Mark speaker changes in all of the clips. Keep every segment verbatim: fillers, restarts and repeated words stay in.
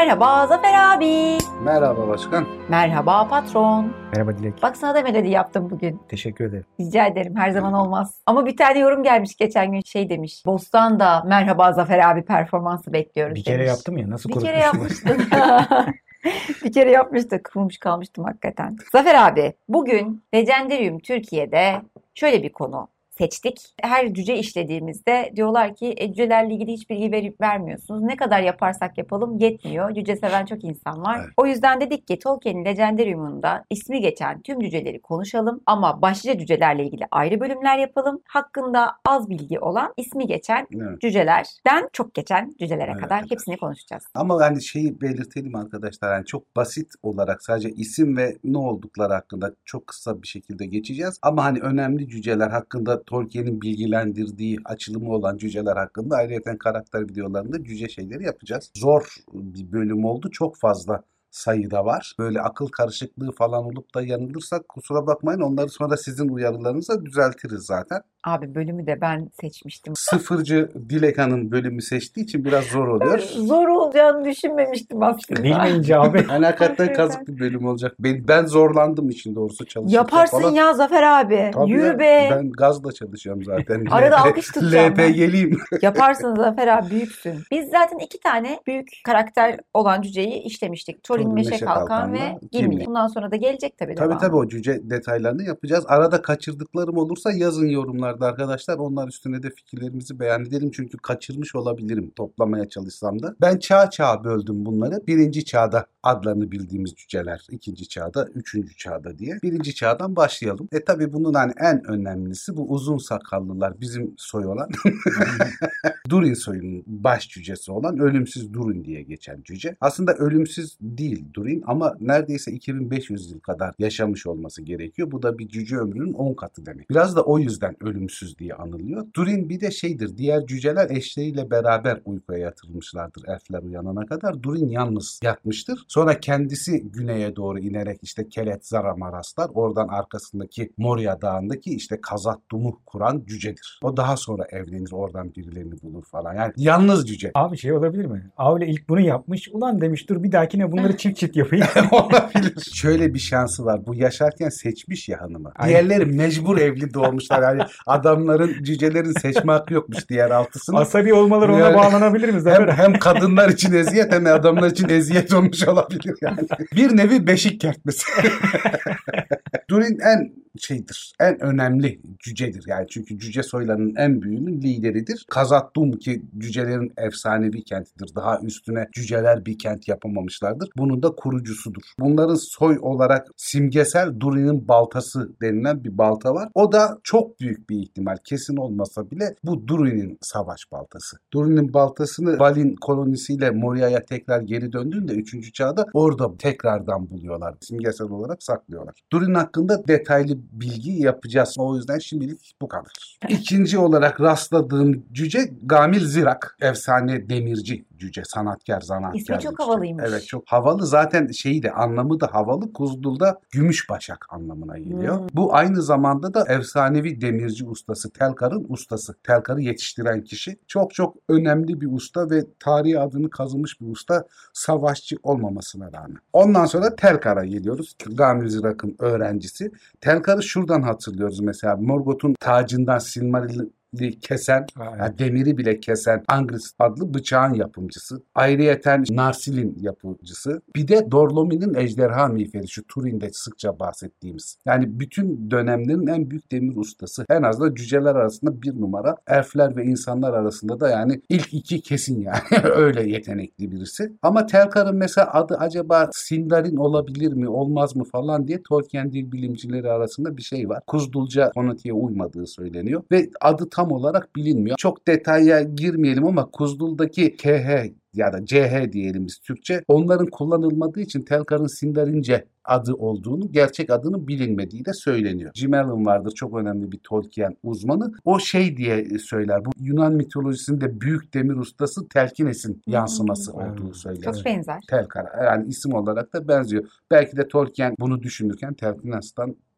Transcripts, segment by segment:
Speaker 1: Merhaba Zafer abi.
Speaker 2: Merhaba başkan.
Speaker 1: Merhaba patron.
Speaker 3: Merhaba Dilek.
Speaker 1: Bak sana da melodi yaptım bugün.
Speaker 3: Teşekkür ederim.
Speaker 1: Rica ederim, her zaman olmaz. Ama bir tane yorum gelmiş geçen gün, şey demiş. Bostan'da merhaba Zafer abi performansı bekliyoruz
Speaker 3: Bir
Speaker 1: demiş.
Speaker 3: kere yaptım ya, nasıl
Speaker 1: Bir
Speaker 3: kurutmuşum?
Speaker 1: kere yapmıştın. Bir kere yapmıştık. Kurumuş kalmıştım hakikaten. Zafer abi, bugün Legendarium Türkiye'de şöyle bir konu seçtik. Her cüce işlediğimizde diyorlar ki e, cücelerle ilgili hiç bilgi verip vermiyorsunuz. Ne kadar yaparsak yapalım yetmiyor. Cüce seven çok insan var. Evet. O yüzden dedik ki Tolkien'in Legendarium'unda ismi geçen tüm cüceleri konuşalım. Ama başlıca cücelerle ilgili ayrı bölümler yapalım. Hakkında az bilgi olan, ismi geçen evet. cücelerden çok geçen cücelere evet. kadar hepsini konuşacağız.
Speaker 2: Ama yani şeyi belirtelim arkadaşlar. Yani çok basit olarak sadece isim ve ne oldukları hakkında çok kısa bir şekilde geçeceğiz. Ama hani önemli cüceler hakkında, Tolkien'in bilgilendirdiği açılımı olan cüceler hakkında ayrıca karakter videolarında cüce şeyleri yapacağız. Zor bir bölüm oldu. Çok fazla sayıda var. Böyle akıl karışıklığı falan olup da yanılırsak kusura bakmayın. Onları sonra sizin uyarılarınızla düzeltiriz zaten.
Speaker 1: Abi bölümü de ben seçmiştim.
Speaker 2: Sıfırcı Dilek Hanım bölümü seçtiği için biraz zor oluyor.
Speaker 1: Zor olacağını düşünmemiştim aslında.
Speaker 3: Bilmeyince abi.
Speaker 2: Yani hakikaten kazık bir bölüm olacak. Ben, ben zorlandım için doğrusu çalışırken
Speaker 1: Yaparsın falan. Ya Zafer abi.
Speaker 2: Tabii
Speaker 1: Yürü
Speaker 2: ya,
Speaker 1: be.
Speaker 2: Ben gazla çalışıyorum zaten.
Speaker 1: Arada alkış tutacağım.
Speaker 2: L P geleyim.
Speaker 1: Yaparsın Zafer abi, büyüksün. Biz zaten iki tane büyük karakter olan cüceyi işlemiştik. Thorin Meşekalkan ve Gimli. Bundan sonra da gelecek tabii.
Speaker 2: Tabii devamı. Tabii o cüce detaylarını yapacağız. Arada kaçırdıklarım olursa yazın yorumlarda arkadaşlar. Onlar üstüne de fikirlerimizi beyan edelim. Çünkü kaçırmış olabilirim toplamaya çalışsam da. Ben çağ çağ böldüm bunları. Birinci çağda adlarını bildiğimiz cüceler. İkinci çağda, üçüncü çağda diye. Birinci çağdan başlayalım. E tabii bunun hani en önemlisi bu uzun sakallılar. Bizim soy olan. Durin soyunun baş cücesi olan ölümsüz Durin diye geçen cüce. Aslında ölümsüz değil Durin ama neredeyse iki bin beş yüz yıl kadar yaşamış olması gerekiyor. Bu da bir cüce ömrünün on katı demek. Biraz da o yüzden ölümsüz diye anılıyor. Durin bir de şeydir. Diğer cüceler eşleriyle beraber uykuya yatırılmışlardır elfler uyanana kadar. Durin yalnız yatmıştır. Sonra kendisi güneye doğru inerek işte Kelet-Zara Maraslar, oradan arkasındaki Moria Dağı'ndaki işte Khazad-dûm'u kuran cücedir. O daha sonra evlenir, oradan birilerini bulur falan. Yani yalnız cüce.
Speaker 3: Abi şey olabilir mi? Aile ilk bunu yapmış. Ulan demiş dur bir dahakine bunları çift çift yapayım.
Speaker 2: Olabilir. Şöyle bir şansı var. Bu yaşarken seçmiş ya hanımı. Aynen. Diğerleri mecbur evli doğmuşlar. Yani adamların, cücelerin seçme hakkı yokmuş diğer altısını.
Speaker 3: Asabi olmaları ona yani, bağlanabilir mi?
Speaker 2: Hem, hem kadınlar için eziyet hem adamlar için eziyet olmuş olabilir yani. Bir nevi beşik kertmesi. Durin en şeydir, en önemli cücedir. Yani çünkü cüce soylarının en büyüğünün lideridir. Khazad-dûm ki cücelerin efsanevi kentidir. Daha üstüne cüceler bir kent yapamamışlardır. Bunun da kurucusudur. Bunların soy olarak simgesel Durin'in baltası denilen bir balta var. O da çok büyük bir ihtimal, kesin olmasa bile bu Durin'in savaş baltası. Durin'in baltasını Valin kolonisiyle Moria'ya tekrar geri döndüğünde üçüncü çağda orada tekrardan buluyorlar. Simgesel olarak saklıyorlar. Durin hakkında detaylı bilgi yapacağız. O yüzden şimdilik bu kadar. İkinci olarak rastladığım cüce Gamil Zirak. Efsane demirci cüce, sanatkar, zanaatkar.
Speaker 1: İsmi çok havalıymış.
Speaker 2: Evet, çok havalı. Zaten şeyi de, anlamı da havalı. Kuzdul'da gümüş başak anlamına geliyor. Hmm. Bu aynı zamanda da efsanevi demirci ustası, Telkar'ın ustası. Telkar'ı yetiştiren kişi. Çok çok önemli bir usta ve tarihi adını kazımış bir usta. Savaşçı olmamasına rağmen. Ondan sonra Telkar'a geliyoruz. Gamil Zirak'ın öğrencisi. Telkar'ı şuradan hatırlıyoruz mesela. Morgoth'un tacından Silmaril'in kesen, yani demiri bile kesen Angris adlı bıçağın yapımcısı. Ayrıyeten Narsil'in yapımcısı. Bir de Dorlomi'nin ejderha miğferi, şu Turin'de sıkça bahsettiğimiz. Yani bütün dönemlerin en büyük demir ustası. En azından cüceler arasında bir numara. Elfler ve insanlar arasında da yani ilk iki kesin yani. Öyle yetenekli birisi. Ama Telkar'ın mesela adı acaba Sindarin olabilir mi, olmaz mı falan diye Tolkien dil bilimcileri arasında bir şey var. Kuzdulca fonetiğe uymadığı söyleniyor. Ve adı tam olarak bilinmiyor. Çok detaya girmeyelim ama Kuzdul'daki K H ya da C H diyelim biz Türkçe, onların kullanılmadığı için Telkar'ın Sindarince adı olduğunu, gerçek adının bilinmediği de söyleniyor. Jim Allen vardır, çok önemli bir Tolkien uzmanı. O şey diye söyler. Bu Yunan mitolojisinde büyük demir ustası Telkines'in yansıması hmm. olduğu söylenir.
Speaker 1: Çok benzer.
Speaker 2: Telkar. Yani isim olarak da benziyor. Belki de Tolkien bunu düşünürken Telkines'ten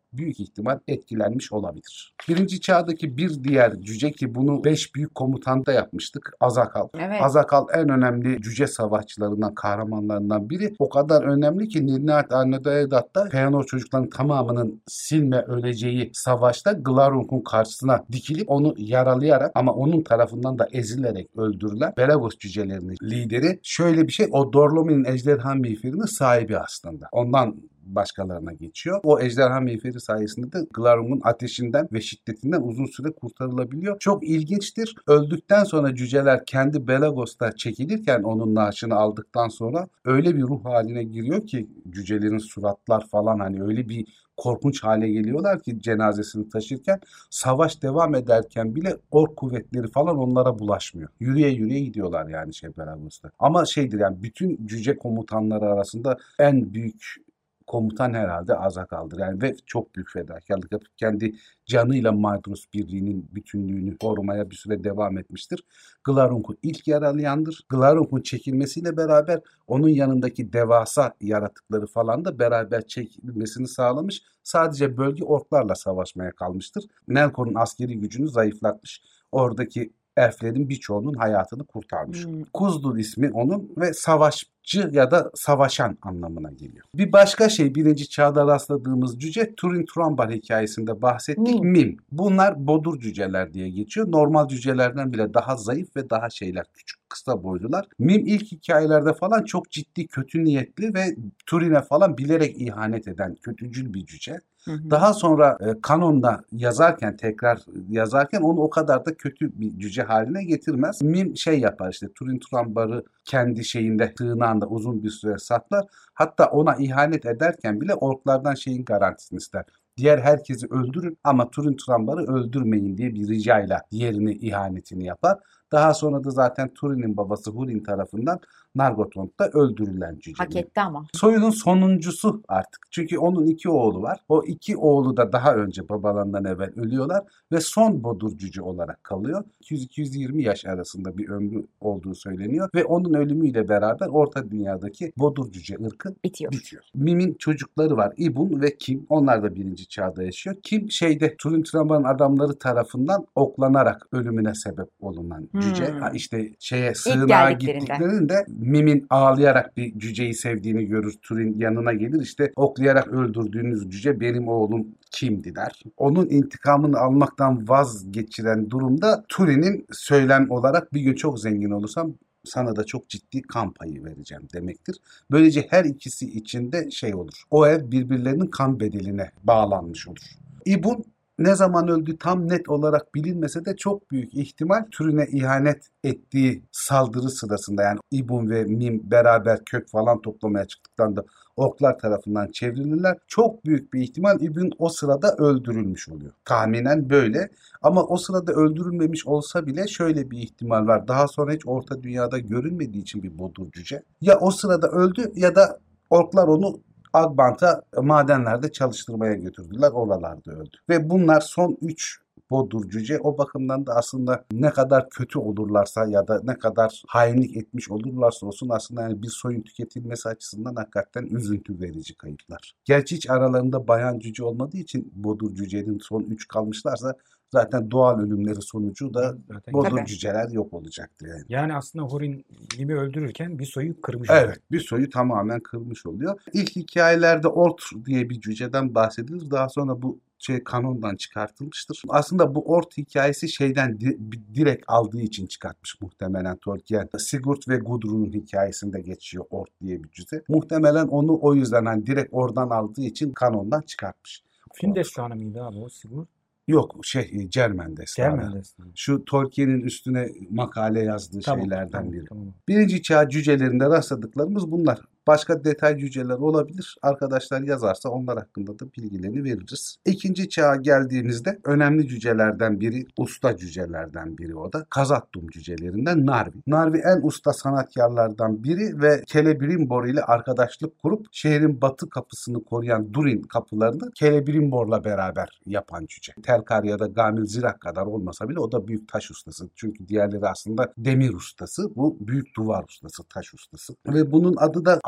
Speaker 2: büyük ihtimal etkilenmiş olabilir. Birinci çağdaki bir diğer cüce ki bunu beş büyük komutanda yapmıştık. Azakal.
Speaker 1: Evet.
Speaker 2: Azakal en önemli cüce savaşçılarından, kahramanlarından biri. O kadar önemli ki Nirnaat Arnedoedat'ta Feanor çocukların tamamının silme öleceği savaşta Glaurung'un karşısına dikilip onu yaralayarak ama onun tarafından da ezilerek öldürülen Belagos cücelerinin lideri. Şöyle bir şey, o Dorlomi'nin ejderha miğferinin sahibi aslında. Ondan başkalarına geçiyor. O ejderha miğferi sayesinde de Glaurung'un ateşinden ve şiddetinden uzun süre kurtarılabiliyor. Çok ilginçtir. Öldükten sonra cüceler kendi Belagos'ta çekilirken onun naaşını aldıktan sonra öyle bir ruh haline giriyor ki cücelerin suratlar falan hani öyle bir korkunç hale geliyorlar ki cenazesini taşırken savaş devam ederken bile ork kuvvetleri falan onlara bulaşmıyor. Yürüye yürüye gidiyorlar yani şey Belagos'ta. Ama şeydir yani bütün cüce komutanları arasında en büyük komutan herhalde Azakal'dır. Yani ve çok büyük fedakarlık yapıp kendi canıyla Maedhros birliğinin bütünlüğünü korumaya bir süre devam etmiştir. Glaurung'u ilk yaralayandır. Glaurung'un çekilmesiyle beraber onun yanındaki devasa yaratıkları falan da beraber çekilmesini sağlamış. Sadece bölge orklarla savaşmaya kalmıştır. Melkor'un askeri gücünü zayıflatmış. Oradaki elflerin birçoğunun hayatını kurtarmış. Hmm. Kuzdul ismi onun ve savaşçı ya da savaşan anlamına geliyor. Bir başka şey birinci çağda rastladığımız cüce Turin Turambar hikayesinde bahsettik. Hmm. Mim. Bunlar bodur cüceler diye geçiyor. Normal cücelerden bile daha zayıf ve daha şeyler küçük. Kısa boylular. Mim ilk hikayelerde falan çok ciddi, kötü niyetli ve Turin'e falan bilerek ihanet eden kötücül bir cüce. Hı hı. Daha sonra e, kanonda yazarken, tekrar yazarken onu o kadar da kötü bir cüce haline getirmez. Mim şey yapar işte Turin Turambar'ı kendi şeyinde, sığınağında uzun bir süre saklar. Hatta ona ihanet ederken bile orklardan şeyin garantisini ister. Diğer herkesi öldürün ama Turin Turambar'ı öldürmeyin diye bir ricayla diğerini ihanetini yapar. Daha sonra da zaten Turin'in babası Hurin tarafından Nargothrond'da öldürülen cüce.
Speaker 1: Hak etti ama.
Speaker 2: Soyunun sonuncusu artık. Çünkü onun iki oğlu var. O iki oğlu da daha önce babalarından evvel ölüyorlar ve son bodur cüce olarak kalıyor. iki yüz iki yüz yirmi yaş arasında bir ömrü olduğu söyleniyor ve onun ölümüyle beraber Orta Dünya'daki bodur cüce ırkı
Speaker 1: bitiyor.
Speaker 2: bitiyor. Mim'in çocukları var. İbun ve Kim. Onlar da birinci çağda yaşıyor. Kim şeyde Turin Turambar'ın adamları tarafından oklanarak ölümüne sebep olunan cüce. Hmm. Ha işte şeye sığınağa gittiklerinde Mim'in ağlayarak bir cüceyi sevdiğini görür. Turin yanına gelir işte oklayarak öldürdüğünüz cüce benim oğlum Kim'di der. Onun intikamını almaktan vazgeçiren durumda Turin'in söylem olarak bir gün çok zengin olursam sana da çok ciddi kan payı vereceğim demektir. Böylece her ikisi için de şey olur. O ev birbirlerinin kan bedeline bağlanmış olur. İbun ne zaman öldü tam net olarak bilinmese de çok büyük ihtimal Turin'e ihanet ettiği saldırı sırasında yani İbun ve Mim beraber kök falan toplamaya çıktıktan da orklar tarafından çevrilirler. Çok büyük bir ihtimal İbun o sırada öldürülmüş oluyor. Tahminen böyle. Ama o sırada öldürülmemiş olsa bile şöyle bir ihtimal var. Daha sonra hiç Orta Dünya'da görünmediği için bir bodur cüce. Ya o sırada öldü ya da orklar onu Agbant'a madenlerde çalıştırmaya götürdüler. Oralarda öldü. Ve bunlar son üç bodur cüce. O bakımdan da aslında ne kadar kötü olurlarsa ya da ne kadar hainlik etmiş olurlarsa olsun aslında yani bir soyun tüketilmesi açısından hakikaten üzüntü verici kayıplar. Gerçi hiç aralarında bayan cüce olmadığı için bodur cücenin son üç kalmışlarsa zaten doğal ölümleri sonucu da zaten bodur tabii. Cüceler yok olacaktı yani.
Speaker 3: Yani aslında Hurin Mim'i öldürürken bir soyu kırmış
Speaker 2: evet,
Speaker 3: oluyor.
Speaker 2: Evet, bir soyu tamamen kırmış oluyor. İlk hikayelerde Ort diye bir cüceden bahsedilir. Daha sonra bu şey kanondan çıkartılmıştır. Aslında bu Ort hikayesi şeyden di- direkt aldığı için çıkartmış muhtemelen Tolkien. Sigurd ve Gudrun'un hikayesinde geçiyor Ort diye bir cüce. Muhtemelen onu o yüzden hani direkt oradan aldığı için kanondan çıkartmış.
Speaker 3: Film destanı mıydı abi o Sigurd?
Speaker 2: Yok şey Cermen destanı.
Speaker 3: Cermen destanı.
Speaker 2: Şu Tolkien'in üstüne makale yazdığı tamam, şeylerden
Speaker 3: tamam,
Speaker 2: biri.
Speaker 3: Tamam.
Speaker 2: Birinci çağ cücelerinde rastladıklarımız bunlar. Başka detay cüceler olabilir. Arkadaşlar yazarsa onlar hakkında da bilgilerini veririz. İkinci çağa geldiğimizde önemli cücelerden biri, usta cücelerden biri o da. Kazattum cücelerinden Narvi. Narvi en usta sanatkarlardan biri ve Celebrimbor'u ile arkadaşlık kurup şehrin batı kapısını koruyan Durin kapılarını Celebrimbor'la beraber yapan cüce. Telkar ya da Gamil Zirak kadar olmasa bile o da büyük taş ustası. Çünkü diğerleri aslında demir ustası. Bu büyük duvar ustası, taş ustası. Ve bunun adı da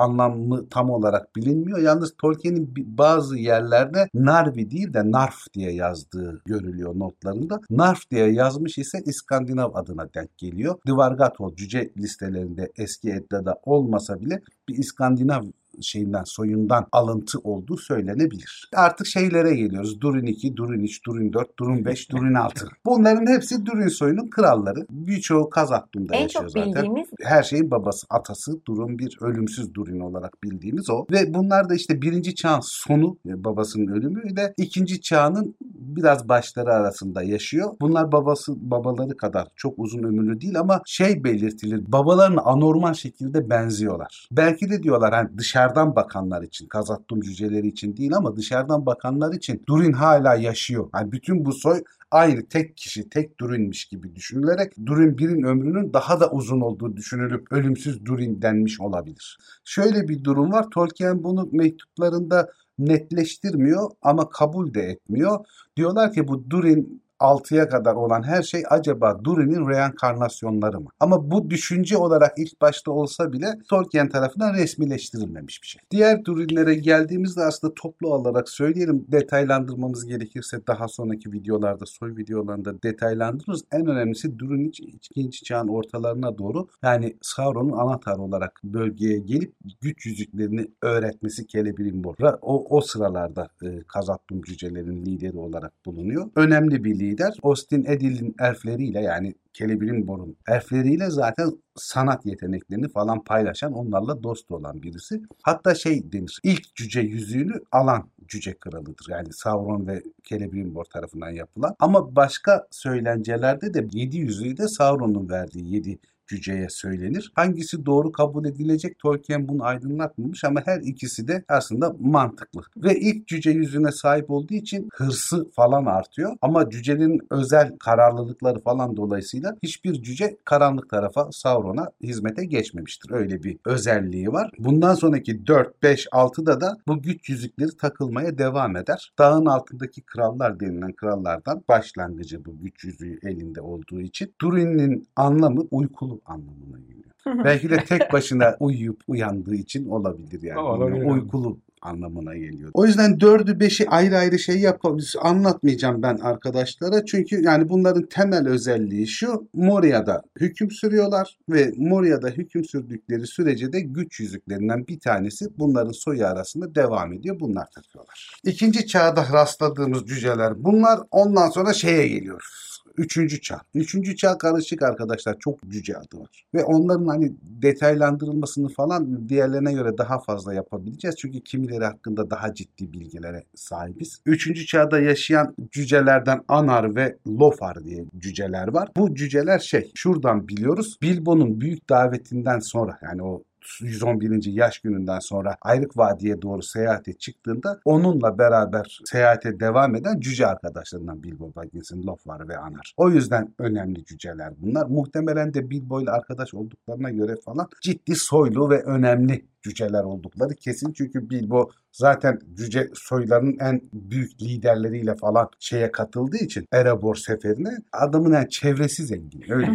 Speaker 2: anlamı tam olarak bilinmiyor. Yalnız Tolkien'in bazı yerlerde Narvi değil de Narf diye yazdığı görülüyor notlarında. Narf diye yazmış ise İskandinav adına denk geliyor. Dvargatol cüce listelerinde eski Edda'da olmasa bile bir İskandinav şeyinden, soyundan alıntı olduğu söylenebilir. Artık şeylere geliyoruz. Durin iki, Durin üç, Durin dört, Durin beş, Durin altı. Bunların hepsi Durin soyunun kralları. Birçoğu Khazad-dûm'da
Speaker 1: En
Speaker 2: yaşıyor
Speaker 1: çok
Speaker 2: zaten.
Speaker 1: bildiğimiz
Speaker 2: Her şeyin babası, atası Durin, bir ölümsüz Durin olarak bildiğimiz o. Ve bunlar da işte birinci çağın sonu, babasının ölümü ile ikinci çağının biraz başları arasında yaşıyor. Bunlar babası babaları kadar çok uzun ömürlü değil ama şey belirtilir. Babalarına anormal şekilde benziyorlar. Belki de diyorlar hani dışarıdan bakanlar için, Khazad-dûm cüceleri için değil ama dışarıdan bakanlar için Durin hala yaşıyor. Yani bütün bu soy aynı tek kişi, tek Durin'miş gibi düşünülerek Durin birin ömrünün daha da uzun olduğu düşünülüp ölümsüz Durin denmiş olabilir. Şöyle bir durum var. Tolkien bunu mektuplarında netleştirmiyor ama kabul de etmiyor. Diyorlar ki bu Durin altıya kadar olan her şey acaba Durin'in reenkarnasyonları mı? Ama bu düşünce olarak ilk başta olsa bile Tolkien tarafından resmileştirilmemiş bir şey. Diğer Durin'lere geldiğimizde aslında toplu olarak söyleyelim, detaylandırmamız gerekirse daha sonraki videolarda, soy videolarında detaylandırırız. En önemlisi Durin ikinci çağın ortalarına doğru, yani Sauron'un anahtarı olarak bölgeye gelip güç yüzüklerini öğretmesi Celebrimbor. O, o sıralarda e, Khazad-dûm cücelerinin lideri olarak bulunuyor. Önemli bir lider. Ostin Edil'in elfleriyle, yani Celebrimbor'un elfleriyle zaten sanat yeteneklerini falan paylaşan, onlarla dost olan birisi. Hatta şey denir, ilk cüce yüzüğünü alan cüce kralıdır. Yani Sauron ve Celebrimbor tarafından yapılan. Ama başka söylencelerde de yedi yüzüğü de Sauron'un verdiği yedi cüceye söylenir. Hangisi doğru kabul edilecek Tolkien bunu aydınlatmamış ama her ikisi de aslında mantıklı. Ve ilk cüce yüzüğüne sahip olduğu için hırsı falan artıyor. Ama cücenin özel kararlılıkları falan dolayısıyla hiçbir cüce karanlık tarafa, Sauron'a hizmete geçmemiştir. Öyle bir özelliği var. Bundan sonraki dört, beş, altıda da bu güç yüzükleri takılmaya devam eder. Dağın altındaki krallar denilen krallardan başlangıcı bu güç yüzüğü elinde olduğu için. Durin'in anlamı uykulu anlamına geliyor. Belki de tek başına uyuyup uyandığı için olabilir yani.
Speaker 3: Olabilir.
Speaker 2: Uykulu anlamına geliyor. O yüzden dördü beşi ayrı ayrı şey yapabiliriz. Anlatmayacağım ben arkadaşlara. Çünkü yani bunların temel özelliği şu: Moria'da hüküm sürüyorlar ve Moria'da hüküm sürdükleri sürece de güç yüzüklerinden bir tanesi bunların soyu arasında devam ediyor. Bunlar takıyorlar. İkinci çağda rastladığımız cüceler bunlar. Ondan sonra şeye geliyoruz. Üçüncü çağ. Üçüncü çağ karışık arkadaşlar. Çok cüce adı var. Ve onların hani detaylandırılmasını falan diğerlerine göre daha fazla yapabileceğiz. Çünkü kimileri hakkında daha ciddi bilgilere sahibiz. Üçüncü çağda yaşayan cücelerden Anar ve Lofar diye cüceler var. Bu cüceler şey, şuradan biliyoruz. Bilbo'nun büyük davetinden sonra, yani o yüz on birinci yaş gününden sonra Ayrık Vadi'ye doğru seyahate çıktığında onunla beraber seyahate devam eden cüce arkadaşlarından Bilbo Baggins'in Lofar ve Anar. O yüzden önemli cüceler bunlar. Muhtemelen de Bilbo ile arkadaş olduklarına göre falan ciddi soylu ve önemli cüceler oldukları kesin. Çünkü Bilbo zaten cüce soylarının en büyük liderleriyle falan şeye katıldığı için Erebor seferine, adamın yani çevresi zengin. Öyle.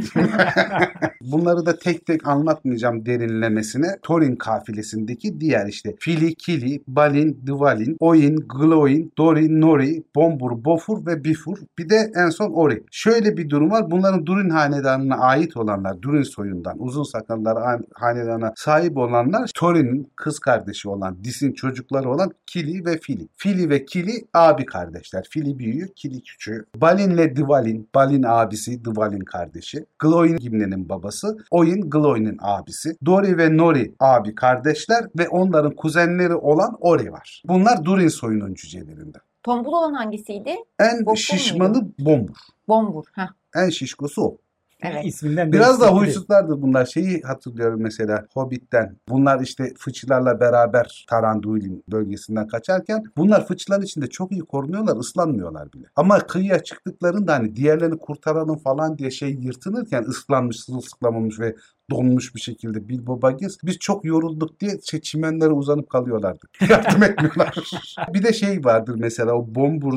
Speaker 2: Bunları da tek tek anlatmayacağım derinlemesine. Thorin kafilesindeki diğer işte Fili, Kili, Balin, Dvalin, Oin, Glóin, Dori, Nori, Bombur, Bofur ve Bifur. Bir de en son Ori. Şöyle bir durum var. Bunların Durin hanedanına ait olanlar, Durin soyundan uzun sakalları hanedanına sahip olanlar Thorin'in kız kardeşi olan, Dis'in çocukları olan Kili ve Fili. Fili ve Kili abi kardeşler. Fili büyüğü, Kili küçüğü. Balin'le Dvalin, Balin abisi, Dvalin kardeşi. Glóin Gimli'nin babası. Oin, Glóin'in abisi. Dori ve Nori abi kardeşler ve onların kuzenleri olan Ori var. Bunlar Durin soyunun cücelerinden.
Speaker 1: Tombul olan hangisiydi?
Speaker 2: En
Speaker 1: Bombur
Speaker 2: şişmanı
Speaker 1: muydu?
Speaker 2: Bombur.
Speaker 1: Bombur. Heh.
Speaker 2: En şişkosu o.
Speaker 1: Evet.
Speaker 3: İsminden
Speaker 2: Biraz da
Speaker 3: belli.
Speaker 2: huysuzlardır bunlar. Şeyi hatırlıyorum mesela Hobbit'ten. Bunlar işte fıçılarla beraber Taranduil'in bölgesinden kaçarken bunlar fıçıların içinde çok iyi korunuyorlar, ıslanmıyorlar bile. Ama kıyıya çıktıklarında hani diğerlerini kurtaralım falan diye şey yırtınırken ıslanmış, sırılsıklamamış ve donmuş bir şekilde Bilbo Baggins, biz çok yorulduk diye şey, çimenlere uzanıp kalıyorlardı. Yardım etmiyorlar. Bir de şey vardır mesela o Bombur'da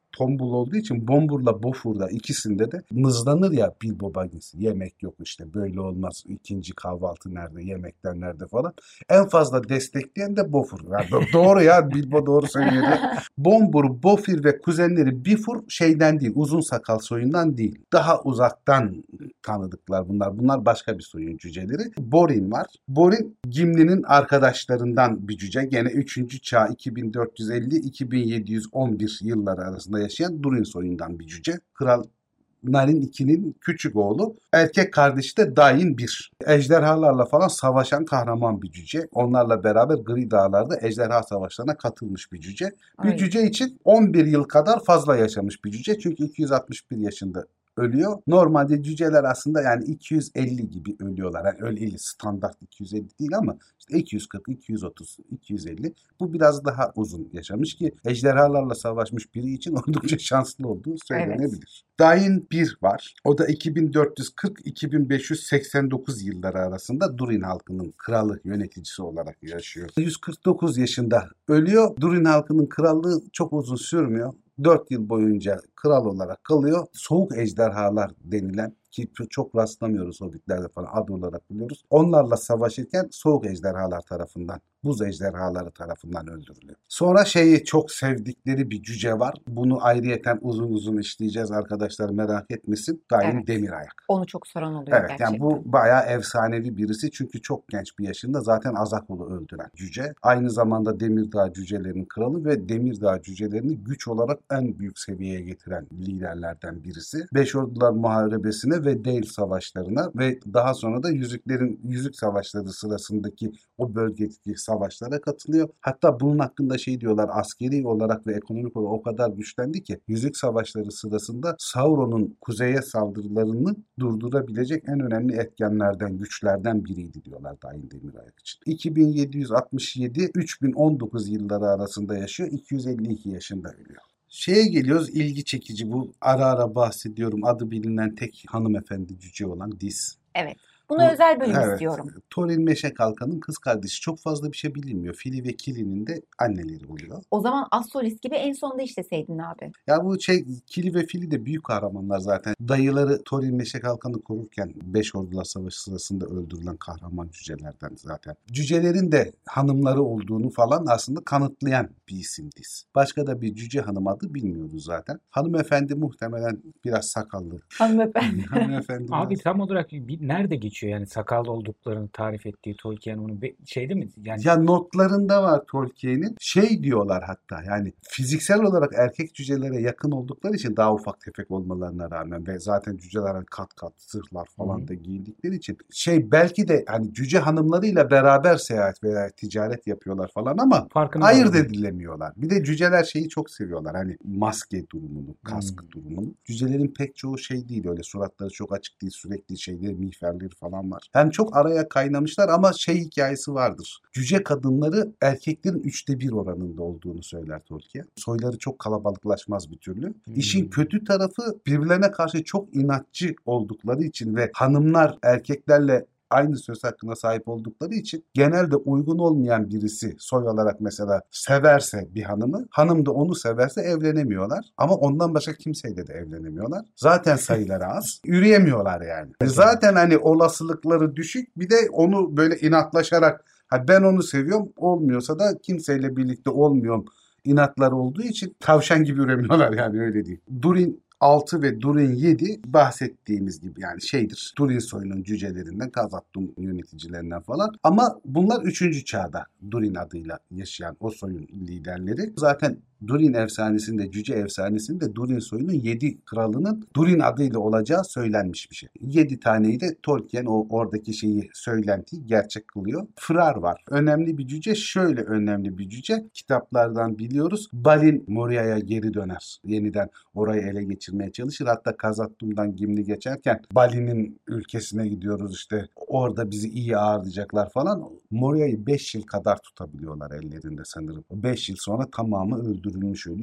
Speaker 2: tombul olduğu için Bombur'la Bofur'da ikisinde de mızlanır ya Bilbo Baggins. Yemek yok işte, böyle olmaz. İkinci kahvaltı nerede? Yemekler nerede falan. En fazla destekleyen de Bofur. Yani doğru ya, Bilbo doğru söylüyor. Bombur, Bofur ve kuzenleri Bifur şeyden değil, uzun sakal soyundan değil. Daha uzaktan tanıdıklar bunlar. Bunlar başka bir soyun cüceleri. Borin var. Borin Gimli'nin arkadaşlarından bir cüce. Gene üçüncü çağ iki bin dört yüz elli iki bin yedi yüz on bir yılları arasında yaşayan Durin soyundan bir cüce. Kral Narin iki'nin küçük oğlu. Erkek kardeşi de Dain bir. Ejderhalarla falan savaşan kahraman bir cüce. Onlarla beraber Gri Dağlar'da ejderha savaşlarına katılmış bir cüce. Bir
Speaker 1: Ay.
Speaker 2: cüce için on bir yıl kadar fazla yaşamış bir cüce. Çünkü iki yüz altmış bir yaşında ölüyor. Normalde cüceler aslında yani iki yüz elli gibi ölüyorlar. Yani öyle standart iki yüz elli değil ama işte iki yüz kırk, iki yüz otuz, iki yüz elli. Bu biraz daha uzun yaşamış ki ejderhalarla savaşmış biri için oldukça şanslı olduğu söylenebilir. Evet. Dain bir var. O da iki bin dört yüz kırk iki bin beş yüz seksen dokuz yılları arasında Durin halkının kralı, yöneticisi olarak yaşıyor. yüz kırk dokuz yaşında ölüyor. Durin halkının krallığı çok uzun sürmüyor. dört yıl boyunca kral olarak kalıyor. Soğuk ejderhalar denilen, ki çok rastlamıyoruz hobbitlerde falan, adı olarak biliyoruz. Onlarla savaşırken soğuk ejderhalar tarafından, buz ejderhaları tarafından öldürülüyor. Sonra şeyi çok sevdikleri bir cüce var. Bunu ayrıyeten uzun uzun işleyeceğiz arkadaşlar, merak etmesin. Daim
Speaker 1: Evet.
Speaker 2: Demirayak.
Speaker 1: Onu çok soran oluyor
Speaker 2: Evet,
Speaker 1: gerçekten.
Speaker 2: yani bu bayağı efsanevi birisi çünkü çok genç bir yaşında zaten Azakol'u öldüren cüce. Aynı zamanda Demirdağ cücelerinin kralı ve Demirdağ cücelerini güç olarak en büyük seviyeye getiren liderlerden birisi. Beş Ordular Muharebesi'ne ve Dale Savaşlarına ve daha sonra da Yüzüklerin Yüzük Savaşları sırasındaki o bölgedeki savaşlara katılıyor. Hatta bunun hakkında şey diyorlar, askeri olarak ve ekonomik olarak o kadar güçlendi ki Yüzük Savaşları sırasında Sauron'un kuzeye saldırılarını durdurabilecek en önemli etkenlerden, güçlerden biriydi diyorlar Dain Demirayak için. iki bin yedi yüz altmış yedi üç bin on dokuz yılları arasında yaşıyor. iki yüz elli iki yaşında ölüyor. Şeye geliyoruz, ilgi çekici, bu ara ara bahsediyorum, adı bilinen tek hanımefendi cüce olan Dis.
Speaker 1: Evet. Bunu
Speaker 2: Bu,
Speaker 1: özel bölüm
Speaker 2: evet,
Speaker 1: istiyorum.
Speaker 2: Thorin Meşekalkan'ın kız kardeşi. Çok fazla bir şey bilinmiyor. Fili ve Kili'nin de anneleri oluyor.
Speaker 1: O zaman Assolist gibi en sonda işleseydin abi.
Speaker 2: Ya bu şey, Kili ve Fili de büyük kahramanlar zaten. Dayıları Thorin Meşekalkan'ı korurken Beş Ordular Savaşı sırasında öldürülen kahraman cücelerden zaten. Cücelerin de hanımları olduğunu falan aslında kanıtlayan bir isim Dis. Başka da bir cüce hanım adı bilmiyoruz zaten. Hanımefendi muhtemelen biraz sakallı.
Speaker 1: Hanımefendi.
Speaker 2: Hanımefendi
Speaker 3: Abi
Speaker 2: biraz...
Speaker 3: tam olarak bir, nerede geçiyor yani sakallı olduklarını tarif ettiği Tolkien, onu be- şeyde mi? Yani
Speaker 2: Ya notlarında var Tolkien'in. Şey diyorlar hatta, yani fiziksel olarak erkek cücelere yakın oldukları için, daha ufak tefek olmalarına rağmen ve zaten cüceler kat kat zırhlar falan
Speaker 3: Hı-hı.
Speaker 2: da giyindikleri için şey, belki de hani cüce hanımlarıyla beraber seyahat veya ticaret yapıyorlar falan ama
Speaker 3: farkına
Speaker 2: ayırt
Speaker 3: vardım.
Speaker 2: edilemiyorlar. Bir de cüceler şeyi çok seviyorlar, hani maske durumunu, kask
Speaker 3: Hmm.
Speaker 2: durumunu. Cücelerin pek çoğu şey değil, öyle suratları çok açık değil, sürekli şeyleri, miğferleri falan var. Hem çok araya kaynamışlar ama şey hikayesi vardır. Cüce kadınları erkeklerin üçte bir oranında olduğunu söyler Tolkien. Soyları çok kalabalıklaşmaz bir türlü.
Speaker 3: Hmm.
Speaker 2: İşin kötü tarafı, birbirlerine karşı çok inatçı oldukları için ve hanımlar erkeklerle aynı söz hakkına sahip oldukları için genelde uygun olmayan birisi soy olarak mesela severse bir hanımı, hanım da onu severse evlenemiyorlar. Ama ondan başka kimseyle de evlenemiyorlar. Zaten sayıları az. Üreyemiyorlar yani. Zaten hani olasılıkları düşük. Bir de onu böyle inatlaşarak, ha ben onu seviyorum, olmuyorsa da kimseyle birlikte olmuyorum inatları olduğu için tavşan gibi üremiyorlar yani, öyle değil. Durin altı ve Durin yedi bahsettiğimiz gibi yani şeydir. Durin soyunun cücelerinden, Khazad-dûm yöneticilerinden falan. Ama bunlar üçüncü çağda Durin adıyla yaşayan o soyun liderleri. Zaten Durin efsanesinde, cüce efsanesinde Durin soyunun yedi kralının Durin adıyla olacağı söylenmiş bir şey. yedi taneyi de Tolkien o oradaki şeyi, söylentiyi gerçek kılıyor. Fırar var. Önemli bir cüce, şöyle önemli bir cüce. Kitaplardan biliyoruz. Balin Moria'ya geri döner. Yeniden orayı ele geçirmeye çalışır. Hatta Khazad-dûm'dan Gimli geçerken Balin'in ülkesine gidiyoruz, işte orada bizi iyi ağırlayacaklar falan. Moria'yı beş yıl kadar tutabiliyorlar ellerinde sanırım. beş yıl sonra tamamı öldürülmüş ölüyor.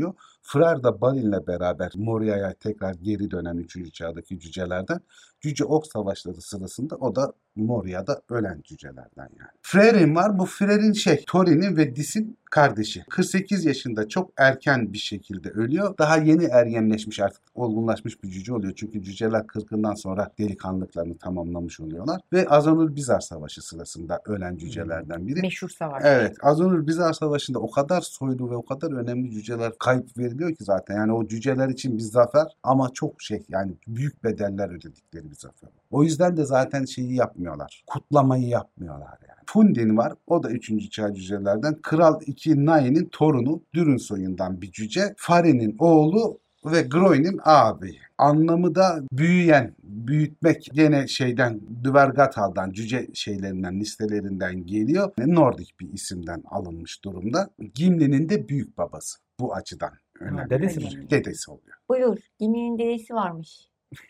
Speaker 2: Frere da Balin'le beraber Moria'ya tekrar geri dönen üçüncü çağdaki cücelerden. Cüce Ok Savaşları sırasında o da Moria'da ölen cücelerden yani. Frere'in var. Bu Frere'in şey Thorin'in ve Dis'in kardeşi. kırk sekiz yaşında çok erken bir şekilde ölüyor. Daha yeni ergenleşmiş, artık olgunlaşmış bir cüce oluyor. Çünkü cüceler kırkından sonra delikanlılıklarını tamamlamış oluyorlar. Ve Azanul-Bizar Savaşı sırasında ölen cücelerden biri.
Speaker 1: Meşhur savaş.
Speaker 2: Evet. Azanul-Bizar Savaşı'nda o kadar soylu ve o kadar önemli cüceler kayıp veriliyor ki zaten. Yani o cüceler için bir zafer ama çok şey yani büyük bedeller ödedikleri bir zafer. O yüzden de zaten şeyi yapmıyorlar. Kutlamayı yapmıyorlar yani. Fundin var. O da üçüncü çağ cücelerden. Kral iki Nai'nin torunu. Dürün soyundan bir cüce. Fare'nin oğlu ve Groin'in ağabeyi. Anlamı da büyüyen, büyütmek gene şeyden, Dvergatal'dan, cüce şeylerinden, listelerinden geliyor. Nordik bir isimden alınmış durumda. Gimli'nin de büyük babası. Bu açıdan önemli.
Speaker 3: Ha, dedesi mi?
Speaker 2: Dedesi oluyor.
Speaker 1: Buyur. Gimli'nin dedesi varmış.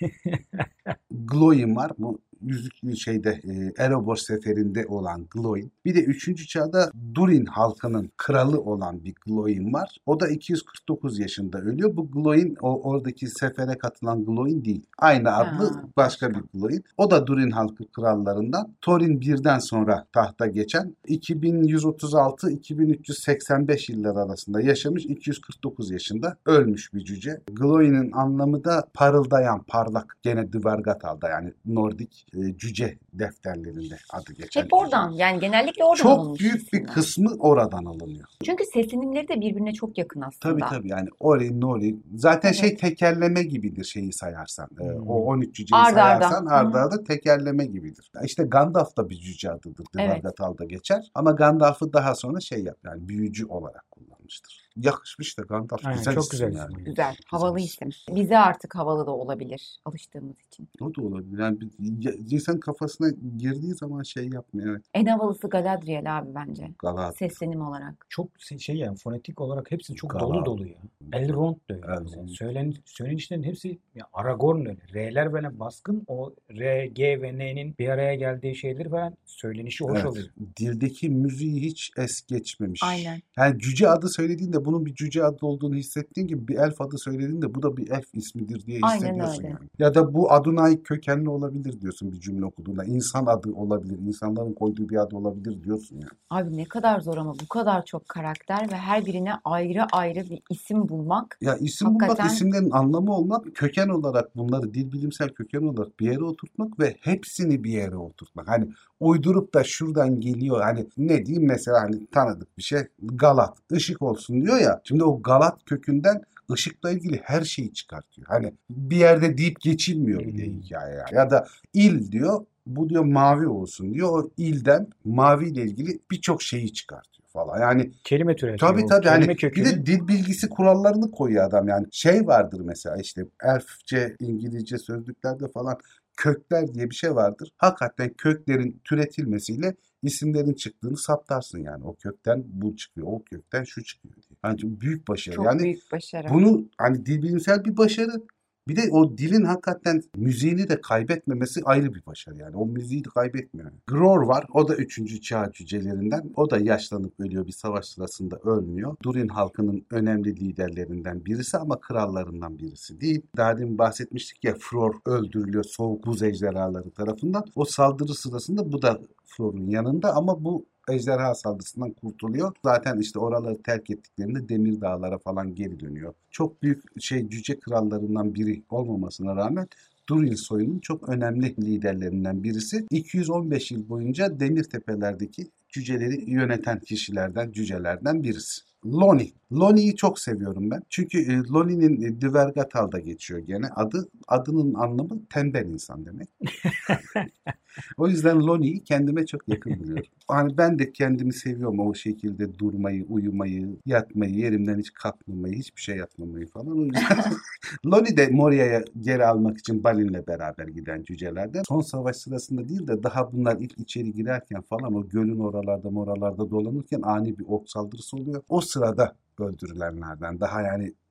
Speaker 2: Glóin var. Bu yüzük şeyde e, Erebor seferinde olan Glóin. Bir de üçüncü çağda Durin halkının kralı olan bir Glóin var. O da iki yüz kırk dokuz yaşında ölüyor. Bu Glóin o oradaki sefere katılan Glóin değil. Aynı adlı
Speaker 1: Ha,
Speaker 2: başka bir Glóin. O da Durin halkı krallarından. Thorin birden sonra tahta geçen iki bin yüz otuz altı iki bin üç yüz seksen beş yıllar arasında yaşamış, iki yüz kırk dokuz yaşında ölmüş bir cüce. Glóin'in anlamı da parıldayan, parlak. Gene Dvergatal'da yani Nordik e, cüce defterlerinde adı geçen.
Speaker 1: Hep oradan.
Speaker 2: cüce.
Speaker 1: Yani genellikle oradan
Speaker 2: Çok
Speaker 1: alınmış
Speaker 2: büyük bir
Speaker 1: isimler.
Speaker 2: kısmı oradan alınıyor.
Speaker 1: Çünkü seslenimleri de birbirine çok yakın aslında.
Speaker 2: Tabii tabii yani Ori, Nori. Zaten
Speaker 1: Evet.
Speaker 2: şey tekerleme gibidir şeyi sayarsan. Ee,
Speaker 3: Hmm.
Speaker 2: O on üç cüceyi
Speaker 1: Arda arda.
Speaker 2: sayarsan arda arda tekerleme gibidir. İşte Gandalf da bir cüce adıdır.
Speaker 1: Evet.
Speaker 2: Dvargatal'da geçer. Ama Gandalf'ı daha sonra şey yap yani büyücü olarak kullanmıştır. Yakışmış da Gandalf
Speaker 3: Aynen,
Speaker 2: güzel
Speaker 3: çok
Speaker 2: isim
Speaker 3: güzel
Speaker 2: yani.
Speaker 3: isim.
Speaker 1: Güzel. Havalı isim. Bize artık havalı da olabilir. Alıştığımız için.
Speaker 2: O da olabilir. Yani bir- ya- insan kafasına girdiği zaman şey yapmıyor. Evet.
Speaker 1: En havalısı Galadriel abi bence.
Speaker 2: Galat.
Speaker 1: Seslenim olarak.
Speaker 3: Çok se- şey yani fonetik olarak hepsi çok
Speaker 2: Galar.
Speaker 3: dolu dolu ya. Elrond da öyle.
Speaker 2: Elrond.
Speaker 3: mesela. Söylen, söylenişlerin hepsi ya Aragorn öyle. R'ler böyle baskın. O R, G ve N'nin bir araya geldiği şeyler falan söylenişi hoş
Speaker 2: Evet.
Speaker 3: oluyor.
Speaker 2: Dildeki müziği hiç es geçmemiş.
Speaker 1: Aynen.
Speaker 2: Yani cüce adı söylediğinde bunun bir cüce adı olduğunu hissettiğin gibi bir elf adı söylediğinde bu da bir elf ismidir diye
Speaker 1: Aynen
Speaker 2: hissediyorsun
Speaker 1: öyle.
Speaker 2: yani. Ya da bu Adunay kökenli olabilir diyorsun bir cümle okuduğunda. İnsan adı olabilir, insanların koyduğu bir adı olabilir diyorsun yani.
Speaker 1: Abi ne kadar zor ama bu kadar çok karakter ve her birine ayrı ayrı bir isim bulmak.
Speaker 2: Ya isim bulmak,
Speaker 1: Hakikaten-
Speaker 2: isimlerin anlamı olmak, köken olarak bunları dil bilimsel köken olarak bir yere oturtmak ve hepsini bir yere oturtmak. Hani uydurup da şuradan geliyor. Hani ne diyeyim mesela hani tanıdık bir şey Galat, ışık olsun diyor ya. Şimdi o Galat kökünden ışıkla ilgili her şeyi çıkartıyor. Hani bir yerde deyip geçilmiyor bile
Speaker 3: Hmm.
Speaker 2: hikaye yani. Ya da il diyor. Bu diyor mavi olsun diyor. O ilden mavi ile ilgili birçok şeyi çıkartıyor falan. Yani
Speaker 3: Kelime türetiyor.
Speaker 2: tabii
Speaker 3: o
Speaker 2: tabii
Speaker 3: kelime
Speaker 2: hani
Speaker 3: kökünü.
Speaker 2: bir de dil bilgisi kurallarını koyuyor adam yani. Şey vardır mesela işte Elfçe, İngilizce sözlüklerde falan kökler diye bir şey vardır. Hakikaten köklerin türetilmesiyle isimlerin çıktığını saptarsın yani. O kökten bu çıkıyor, o kökten şu çıkıyor diye. Yani çok büyük başarı.
Speaker 1: Çok
Speaker 2: yani
Speaker 1: büyük başarı.
Speaker 2: bunu hani dil bilimsel bir başarı. Bir de o dilin hakikaten müziğini de kaybetmemesi ayrı bir başarı yani. O müziği de kaybetmiyor. Gror var. O da üçüncü çağ cücelerinden. O da yaşlanıp ölüyor. Bir savaş sırasında ölmüyor. Durin halkının önemli liderlerinden birisi ama krallarından birisi değil. Daha demin bahsetmiştik ya Fror öldürülüyor soğuk buz ejderhaları tarafından. O saldırı sırasında bu da Fror'un yanında ama bu ejderha saldırısından kurtuluyor. Zaten işte oraları terk ettiklerinde Demir Dağlara falan geri dönüyor. Çok büyük şey cüce krallarından biri olmamasına rağmen Durin soyunun çok önemli liderlerinden birisi. iki yüz on beş yıl boyunca Demirtepe'lerdeki cüceleri yöneten kişilerden, cücelerden birisi. Loni. Loni'yi çok seviyorum ben. Çünkü e, Loni'nin e, Dvergatal'da geçiyor gene. Adı adının anlamı tembel insan demek. O yüzden Loni'yi kendime çok yakın buluyorum. Hani ben de kendimi seviyorum o şekilde durmayı, uyumayı, yatmayı, yerimden hiç kalkmamayı, hiçbir şey yapmamayı falan. O yüzden Loni de Moria'ya geri almak için Balin'le beraber giden cücelerden. Son savaş sırasında değil de daha bunlar ilk içeri girerken falan o gölün oralarda moralarda dolanırken ani bir ok saldırısı oluyor. O sırada öldürülenlerden daha yani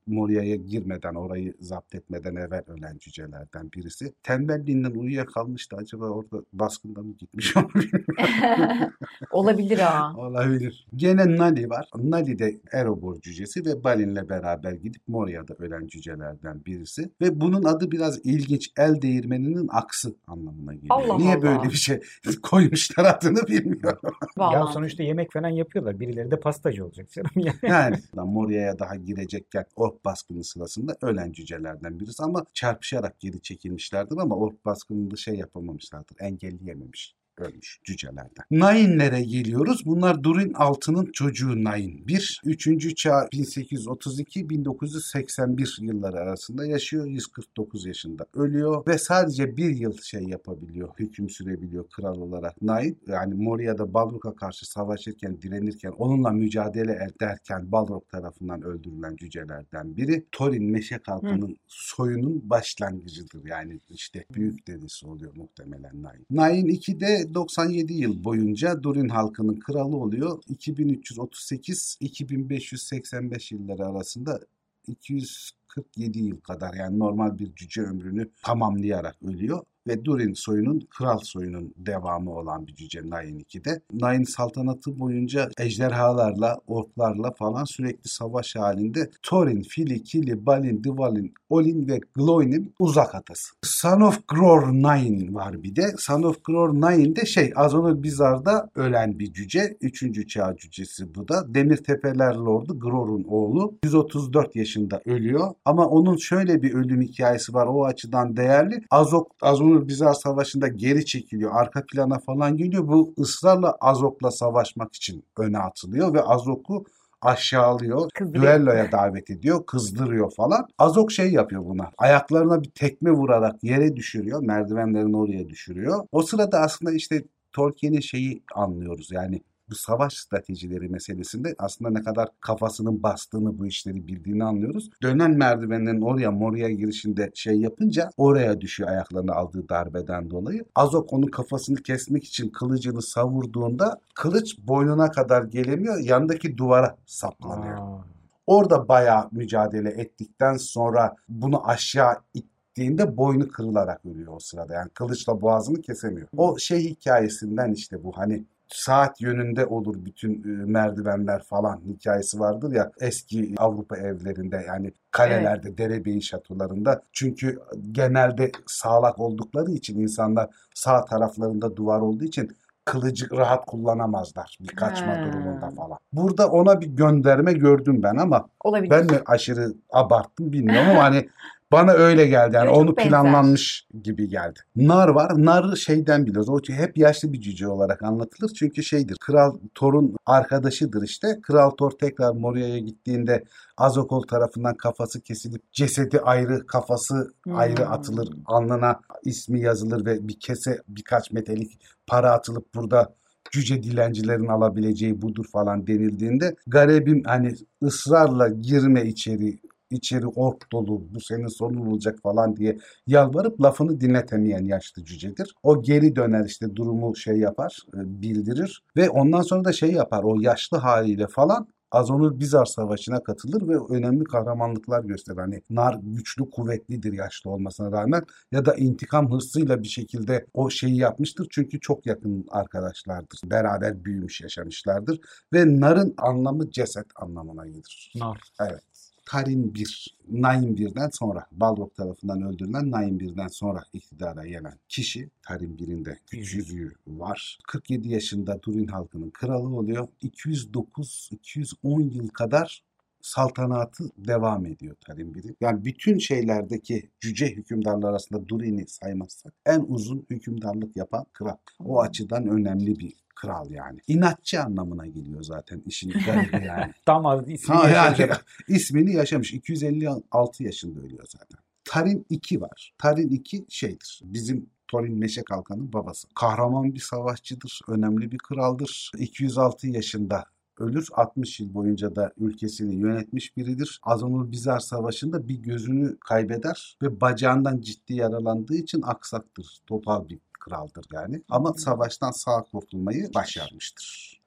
Speaker 2: Moria'ya girmeden, orayı zapt etmeden evvel ölen cücelerden birisi. Tembelliğinden uyuyakalmıştı. Acaba orada baskında mı gitmiş onu bilmiyorum.
Speaker 1: Olabilir ha.
Speaker 2: Olabilir. Gene Nali var. Nali de Erebor cücesi ve Balin'le beraber gidip Moria'da ölen cücelerden birisi. Ve bunun adı biraz ilginç. El değirmeninin aksı anlamına geliyor.
Speaker 1: Allah
Speaker 2: Niye
Speaker 1: Allah.
Speaker 2: böyle bir şey koymuşlar adını bilmiyorum.
Speaker 3: Ya
Speaker 1: Bağlantı.
Speaker 3: sonuçta yemek falan yapıyorlar. Birileri de pastacı olacak canım yani.
Speaker 2: Yani Moria'ya daha girecekken ork baskını sırasında ölen cücelerden birisi ama çarpışarak geri çekilmişlerdir ama ork baskınında şey yapamamışlardır. Engelleyememiş. Ölmüş cücelerden. Nainlere geliyoruz. Bunlar Durin altının çocuğu Nain. Bir, üçüncü çağ bin sekiz yüz otuz iki bin dokuz yüz seksen bir yılları arasında yaşıyor. yüz kırk dokuz yaşında ölüyor ve sadece bir yıl şey yapabiliyor. Hüküm sürebiliyor kral olarak Nain. Yani Moria'da Balrog'a karşı savaşırken, direnirken, onunla mücadele ederken Balrog tarafından öldürülen cücelerden biri. Thorin Meşe Kalkanı'nın Hı. soyunun başlangıcıdır. Yani işte büyük dedesi oluyor muhtemelen Nain. Nain iki'de doksan yedi yıl boyunca Durin halkının kralı oluyor. iki bin üç yüz otuz sekiz iki bin beş yüz seksen beş yılları arasında iki yüz kırk yedi yıl kadar yani normal bir cüce ömrünü tamamlayarak ölüyor. Ve Durin soyunun, kral soyunun devamı olan bir cüce Nain iki'de. Nain saltanatı boyunca ejderhalarla, orklarla falan sürekli savaş halinde Thorin, Fili, Kili, Balin, Dvalin, Olin ve Gloin'in uzak atası. Son of Gror Nain var bir de. Son of Gror Nain de şey Azonul Bizar'da ölen bir cüce. Üçüncü çağ cücesi bu da. Demirtepeler Lordu Gror'un oğlu. yüz otuz dört yaşında ölüyor. Ama onun şöyle bir ölüm hikayesi var. O açıdan değerli. Azok, Azonul Bizar Savaşı'nda geri çekiliyor. Arka plana falan geliyor. Bu ısrarla Azok'la savaşmak için öne atılıyor ve Azok'u aşağılıyor.
Speaker 1: Kızdırıyor.
Speaker 2: Düelloya davet ediyor. Kızdırıyor falan. Azok şey yapıyor buna. Ayaklarına bir tekme vurarak yere düşürüyor. Merdivenlerini oraya düşürüyor. O sırada aslında işte Tolkien'in şeyi anlıyoruz. Yani bu savaş stratejileri meselesinde aslında ne kadar kafasının bastığını, bu işleri bildiğini anlıyoruz. Dönen merdivenlerin oraya Moria girişinde şey yapınca oraya düşüyor ayaklarına aldığı darbeden dolayı. Azok onun kafasını kesmek için kılıcını savurduğunda kılıç boynuna kadar gelemiyor. Yandaki duvara saplanıyor.
Speaker 3: Aa.
Speaker 2: Orada bayağı mücadele ettikten sonra bunu aşağı ittiğinde boynu kırılarak ölüyor o sırada. Yani kılıçla boğazını kesemiyor. O şey hikayesinden işte bu hani saat yönünde olur bütün merdivenler falan hikayesi vardır ya eski Avrupa evlerinde yani kalelerde, evet. Derebeyi şatolarında. Çünkü genelde sağlak oldukları için insanlar sağ taraflarında duvar olduğu için kılıcı rahat kullanamazlar bir kaçma
Speaker 1: He.
Speaker 2: durumunda falan. Burada ona bir gönderme gördüm ben ama
Speaker 1: Olabilir.
Speaker 2: ben mi aşırı abarttım bilmiyorum ama hani bana öyle geldi. Yani
Speaker 1: Çok
Speaker 2: onu
Speaker 1: benzer.
Speaker 2: planlanmış gibi geldi. Nar var. Nar'ı şeyden biliyoruz. O hep yaşlı bir cüce olarak anlatılır. Çünkü şeydir. Kral Thor'un arkadaşıdır işte. Kral Thor tekrar Moria'ya gittiğinde Azokol tarafından kafası kesilip cesedi ayrı, kafası
Speaker 1: Hmm.
Speaker 2: ayrı atılır. Alnına ismi yazılır ve bir kese birkaç metalik para atılıp burada cüce dilencilerin alabileceği budur falan denildiğinde Gareb'in hani ısrarla girme içeri içeri ork dolu bu senin sonun olacak falan diye yalvarıp lafını dinletemeyen yaşlı cücedir. O geri döner işte durumu şey yapar bildirir ve ondan sonra da şey yapar o yaşlı haliyle falan Azonul Bizar Savaşı'na katılır ve önemli kahramanlıklar gösterir. Hani Nar güçlü kuvvetlidir yaşlı olmasına rağmen ya da intikam hırsıyla bir şekilde o şeyi yapmıştır. Çünkü çok yakın arkadaşlardır. Beraber büyümüş yaşamışlardır. Ve Nar'ın anlamı ceset anlamına gelir.
Speaker 3: Nar.
Speaker 2: Evet. Tarin bir, Nain bir'den sonra Balrog tarafından öldürülen Nain bir'den sonra iktidara gelen kişi Tarin bir'in de güç yüzüğü var. kırk yedi yaşında Durin halkının kralı oluyor. iki yüz dokuz iki yüz on yıl kadar saltanatı devam ediyor Tarin bir'in. Yani bütün şeylerdeki cüce hükümdarlar arasında Durin'i saymazsak en uzun hükümdarlık yapan kral. O açıdan önemli bir kral yani. İnatçı anlamına geliyor zaten işin garibi yani.
Speaker 3: Tam adı ismini
Speaker 2: ha,
Speaker 3: yaşamış.
Speaker 2: Yani, ismini yaşamış. iki yüz elli altı yaşında ölüyor zaten. Tarin iki var. Tarin iki şeydir. Bizim Thorin Meşe Kalkan'ın babası. Kahraman bir savaşçıdır. Önemli bir kraldır. iki yüz altı yaşında ölür. altmış yıl boyunca da ülkesini yönetmiş biridir. Azonul Bizar Savaşı'nda bir gözünü kaybeder ve bacağından ciddi yaralandığı için aksaktır. Topal bir kraldır yani. Ama savaştan sağ kurtulmayı başarmıştır.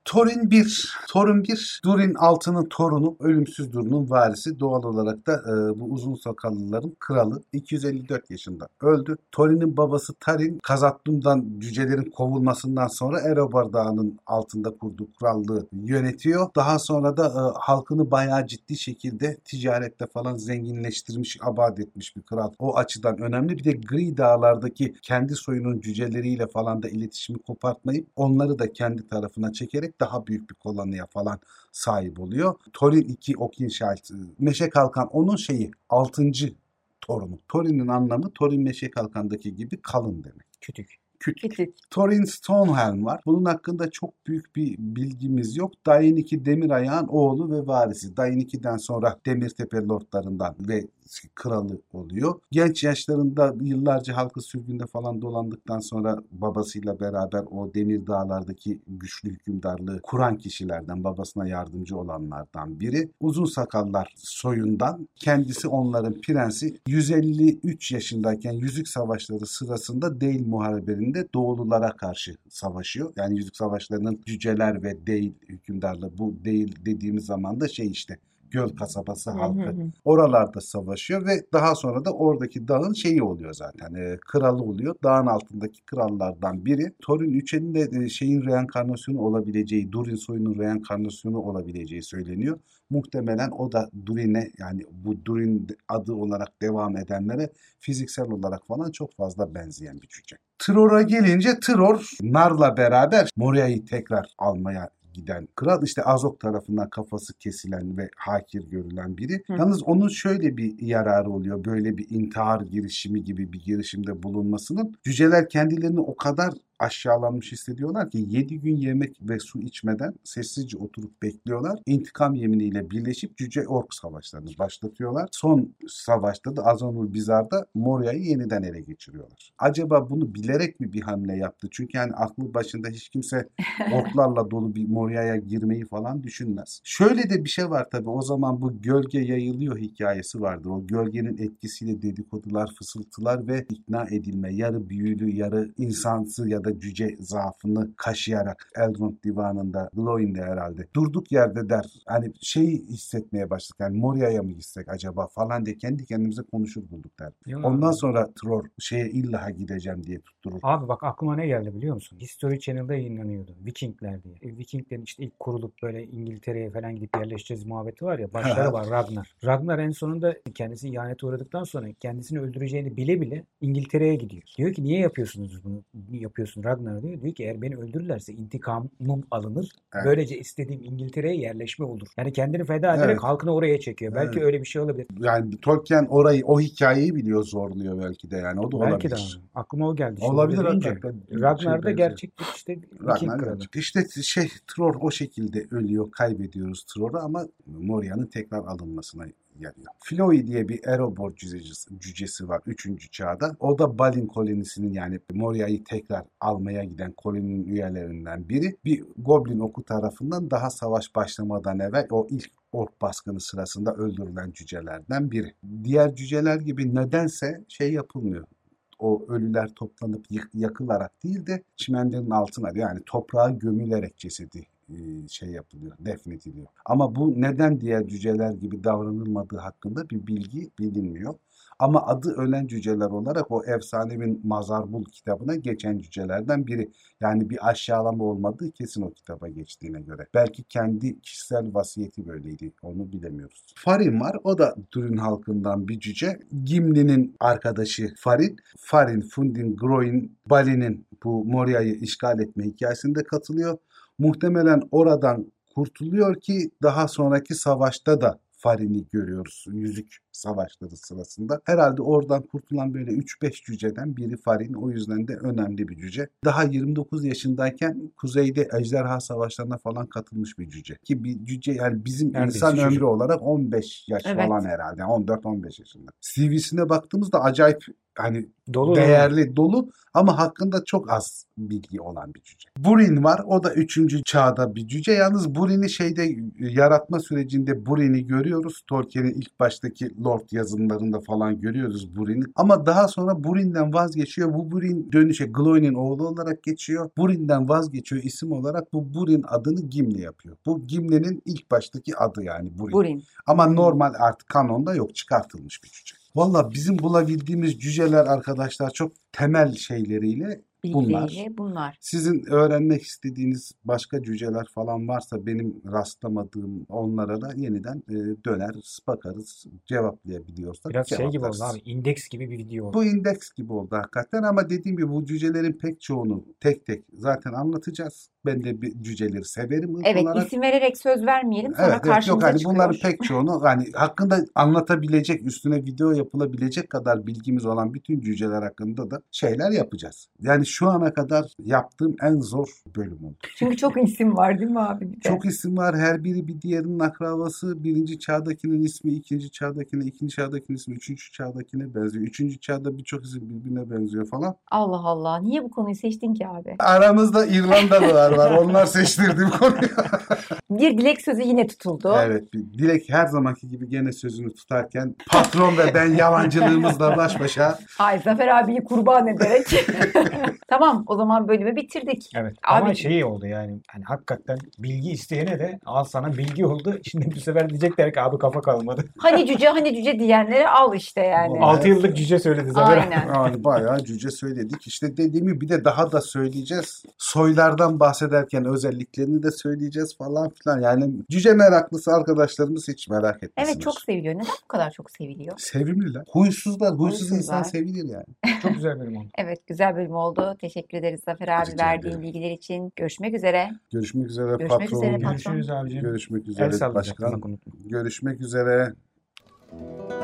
Speaker 2: Thorin bir. Thorin bir. Durin altının torunu. Ölümsüz Durin'in varisi. Doğal olarak da e, bu uzun sakallıların kralı. iki yüz elli dört yaşında öldü. Thorin'in babası Tarin, Khazad-dûm'dan cücelerin kovulmasından sonra Erebor Dağı'nın altında kurduğu krallığı yönetiyor. Daha sonra da e, halkını bayağı ciddi şekilde ticarette falan zenginleştirmiş, abad etmiş bir kral. O açıdan önemli. Bir de Gri Dağlar'daki kendi soyunun cüceleriyle falan da iletişimi kopartmayıp onları da kendi tarafına çekerek daha büyük bir koloniye falan sahip oluyor. Thorin iki Oakenshield, Meşe Kalkan onun şeyi altıncı torunu. Thorin'in anlamı Thorin Meşe Kalkan'daki gibi kalın demek.
Speaker 3: Kütük.
Speaker 2: Küçük.
Speaker 1: Küçük.
Speaker 2: Thorin Stonehelm var. Bunun hakkında çok büyük bir bilgimiz yok. Dain iki Demirayağın oğlu ve varisi. Dain iki'den sonra Demirtepe lordlarından ve kralı oluyor. Genç yaşlarında yıllarca halkı sürgünde falan dolandıktan sonra babasıyla beraber o Demir Dağlar'daki güçlü hükümdarlığı kuran kişilerden, babasına yardımcı olanlardan biri. Uzun sakallar soyundan. Kendisi onların prensi. yüz elli üç yaşındayken Yüzük Savaşları sırasında Değil Muharebe'nde Doğululara karşı savaşıyor. Yani Yüzük Savaşları'nın cüceler ve Değil hükümdarlığı, bu Değil dediğimiz zaman da şey işte göl kasabası halkı. Hı hı. Oralarda savaşıyor ve daha sonra da oradaki dağın şeyi oluyor zaten. E, kralı oluyor. Dağın altındaki krallardan biri. Thorin üç'ün de e, şeyin reenkarnasyonu olabileceği, Durin soyunun reenkarnasyonu olabileceği söyleniyor. Muhtemelen o da Durin'e, yani bu Durin adı olarak devam edenlere fiziksel olarak falan çok fazla benzeyen bir cüce. Tror'a gelince Tror Nar'la beraber Moria'yı tekrar almaya giden kral, işte Azog tarafından kafası kesilen ve hakir görülen biri. Hı. Yalnız onun şöyle bir yararı oluyor. Böyle bir intihar girişimi gibi bir girişimde bulunmasının. Cüceler kendilerini o kadar aşağılanmış hissediyorlar ki yedi gün yemek ve su içmeden sessizce oturup bekliyorlar. İntikam yeminiyle birleşip cüce ork savaşlarını başlatıyorlar. Son savaşta da Azanul Bizar'da Moria'yı yeniden ele geçiriyorlar. Acaba bunu bilerek mi bir hamle yaptı? Çünkü yani aklı başında hiç kimse orklarla dolu bir Moria'ya girmeyi falan düşünmez. Şöyle de bir şey var tabii, o zaman bu gölge yayılıyor hikayesi vardır. O gölgenin etkisiyle dedikodular, fısıltılar ve ikna edilme, yarı büyülü, yarı insansı ya da cüce zaafını kaşıyarak Eldrond Divanı'nda, Glóin'de herhalde durduk yerde der, hani şeyi hissetmeye başladık, yani Moria'ya mı gitsek acaba falan diye kendi kendimize konuşur bulduk der. Yok Ondan abi. Sonra Tror şeye illa gideceğim diye tutturur.
Speaker 3: Abi bak aklıma ne geldi biliyor musun? History Channel'da yayınlanıyordu. Vikingler diye. E, Vikinglerin işte ilk kurulup böyle İngiltere'ye falan gidip yerleşeceğiz muhabbeti var ya. Başları var Ragnar. Ragnar en sonunda kendisi ihanete uğradıktan sonra kendisini öldüreceğini bile bile İngiltere'ye gidiyor. Diyor ki niye yapıyorsunuz bunu? Yapıyorsun Ragnar diyor. Diyor ki eğer beni öldürürlerse intikamım alınır. Evet. Böylece istediğim İngiltere'ye yerleşme olur. Yani kendini feda ederek evet. halkını oraya çekiyor. Evet. Belki öyle bir şey olabilir.
Speaker 2: Yani Tolkien orayı, o hikayeyi biliyor, zorluyor belki de yani. O da
Speaker 3: belki
Speaker 2: olabilir.
Speaker 3: Belki de. Aklıma o geldi.
Speaker 2: Olabilir hakikaten.
Speaker 3: Ragnar'da şey gerçeklik işte Viking kralı.
Speaker 2: İşte şey Tror o şekilde ölüyor. Kaybediyoruz Tror'u ama Moria'nın tekrar alınmasına yarıyor. Flói diye bir Erebor cücesi, cücesi var üçüncü çağda. O da Balin kolonisinin, yani Moria'yı tekrar almaya giden koloninin üyelerinden biri. Bir Goblin oku tarafından daha savaş başlamadan evvel o ilk ork baskını sırasında öldürülen cücelerden biri. Diğer cüceler gibi nedense şey yapılmıyor. O ölüler toplanıp yakılarak değil de çimenlerin altına, yani toprağa gömülerek cesedi şey yapılıyor, defnediliyor. Ama bu neden diğer cüceler gibi davranılmadığı hakkında bir bilgi bilinmiyor. Ama adı ölen cüceler olarak o efsanevi Mazarbul kitabına geçen cücelerden biri. Yani bir aşağılama olmadığı kesin o kitaba geçtiğine göre. Belki kendi kişisel vasiyeti böyleydi. Onu bilemiyoruz. Farin var. O da Durin halkından bir cüce. Gimli'nin arkadaşı Farin. Farin, Fundin, Groin, Balin'in bu Moria'yı işgal etme hikayesinde katılıyor. Muhtemelen oradan kurtuluyor ki daha sonraki savaşta da Farin'i görüyoruz. Yüzük savaşları sırasında. Herhalde oradan kurtulan böyle üç beş cüceden biri Farin. O yüzden de önemli bir cüce. Daha yirmi dokuz yaşındayken kuzeyde ejderha savaşlarına falan katılmış bir cüce. Ki bir cüce, yani bizim neredeyse insan ömrü çocuk olarak on beş yaş evet. falan herhalde. on dört on beş yaşında. C V'sine baktığımızda acayip hani
Speaker 3: Dolu
Speaker 2: değerli, dolu ama hakkında çok az bilgi olan bir cüce. Burin var. O da üçüncü çağda bir cüce. Yalnız Burin'i şeyde yaratma sürecinde Burin'i görüyoruz. Tolkien'in ilk baştaki Lord yazımlarında falan görüyoruz Burin'i. Ama daha sonra Burin'den vazgeçiyor. Bu Burin dönüşe Glóin'in oğlu olarak geçiyor. Burin'den vazgeçiyor isim olarak. Bu Burin adını Gimli yapıyor. Bu Gimli'nin ilk baştaki adı yani Burin.
Speaker 1: Burin.
Speaker 2: Ama normal artık kanonda yok, çıkartılmış bir cüce. Valla bizim bulabildiğimiz cüceler arkadaşlar çok temel şeyleriyle bunlar.
Speaker 1: Bilgileriyle bunlar.
Speaker 2: Sizin öğrenmek istediğiniz başka cüceler falan varsa benim rastlamadığım onlara da yeniden e, döner, bakarız, cevaplayabiliyorsak
Speaker 3: Biraz şey gibi
Speaker 2: cevaplarız.
Speaker 3: oldu abi. İndeks gibi bir video oldu.
Speaker 2: Bu indeks gibi oldu hakikaten ama dediğim gibi bu cücelerin pek çoğunu tek tek zaten anlatacağız. Ben de bir cüceleri severim. ırk
Speaker 1: Evet,
Speaker 2: olarak.
Speaker 1: isim vererek söz vermeyelim. Sonra
Speaker 2: Evet, evet, yok
Speaker 1: karşımıza
Speaker 2: hani
Speaker 1: çıkıyor.
Speaker 2: bunların pek çoğunu hani hakkında anlatabilecek, üstüne video yapılabilecek kadar bilgimiz olan bütün cüceler hakkında da şeyler yapacağız. Yani şu ana kadar yaptığım en zor bölüm oldu.
Speaker 1: Çünkü çok isim var değil mi abi? Bir de?
Speaker 2: Çok isim var. Her biri bir diğerinin akrabası. Birinci çağdakinin ismi, ikinci çağdakine, ikinci çağdakinin ismi, üçüncü çağdakine benziyor. Üçüncü çağda birçok isim birbirine benziyor falan.
Speaker 1: Allah Allah. Niye bu konuyu seçtin ki abi?
Speaker 2: Aramızda İrlandalılar var. Onlar seçtirdiğim konuyu.
Speaker 1: Bir dilek sözü yine tutuldu.
Speaker 2: Evet. Bir Dilek her zamanki gibi gene sözünü tutarken patron ve ben yalancılığımızla baş başa.
Speaker 1: Ay Zafer abiyi kurban ederek. Tamam, o zaman bölümü bitirdik.
Speaker 3: Evet.
Speaker 1: Abi-
Speaker 3: Ama şey oldu yani. Hani hakikaten bilgi isteyene de al sana bilgi oldu. Şimdi bu sefer diyecekler ki abi kafa kalmadı.
Speaker 1: Hani cüce hani cüce diyenlere al işte yani.
Speaker 3: altı yıllık cüce söyledi Zafer.
Speaker 1: Aynen.
Speaker 2: Yani bayağı cüce söyledik. İşte dediğim gibi bir de daha da söyleyeceğiz. Soylardan bahsederken özelliklerini de söyleyeceğiz falan filan. Yani cüce meraklısı arkadaşlarımız hiç merak etmesinler.
Speaker 1: Evet, çok seviliyor. Neden bu kadar çok seviliyor?
Speaker 2: Sevimliler. Huysuzlar. Huysuz
Speaker 1: Huysuzlar.
Speaker 2: insan sevilir yani.
Speaker 3: Çok güzel bölüm oldu.
Speaker 1: Evet, güzel bölüm oldu. Teşekkür ederiz Zafer abi
Speaker 2: Rica
Speaker 1: verdiğin
Speaker 2: ederim.
Speaker 1: bilgiler için. Görüşmek üzere.
Speaker 2: Görüşmek üzere
Speaker 1: Görüşmek
Speaker 2: patron.
Speaker 1: üzere patron.
Speaker 3: Görüşürüz abicim.
Speaker 2: Görüşmek
Speaker 3: El
Speaker 2: üzere
Speaker 3: sallayacak.
Speaker 2: başkan.
Speaker 3: Unutma.
Speaker 2: Görüşmek üzere.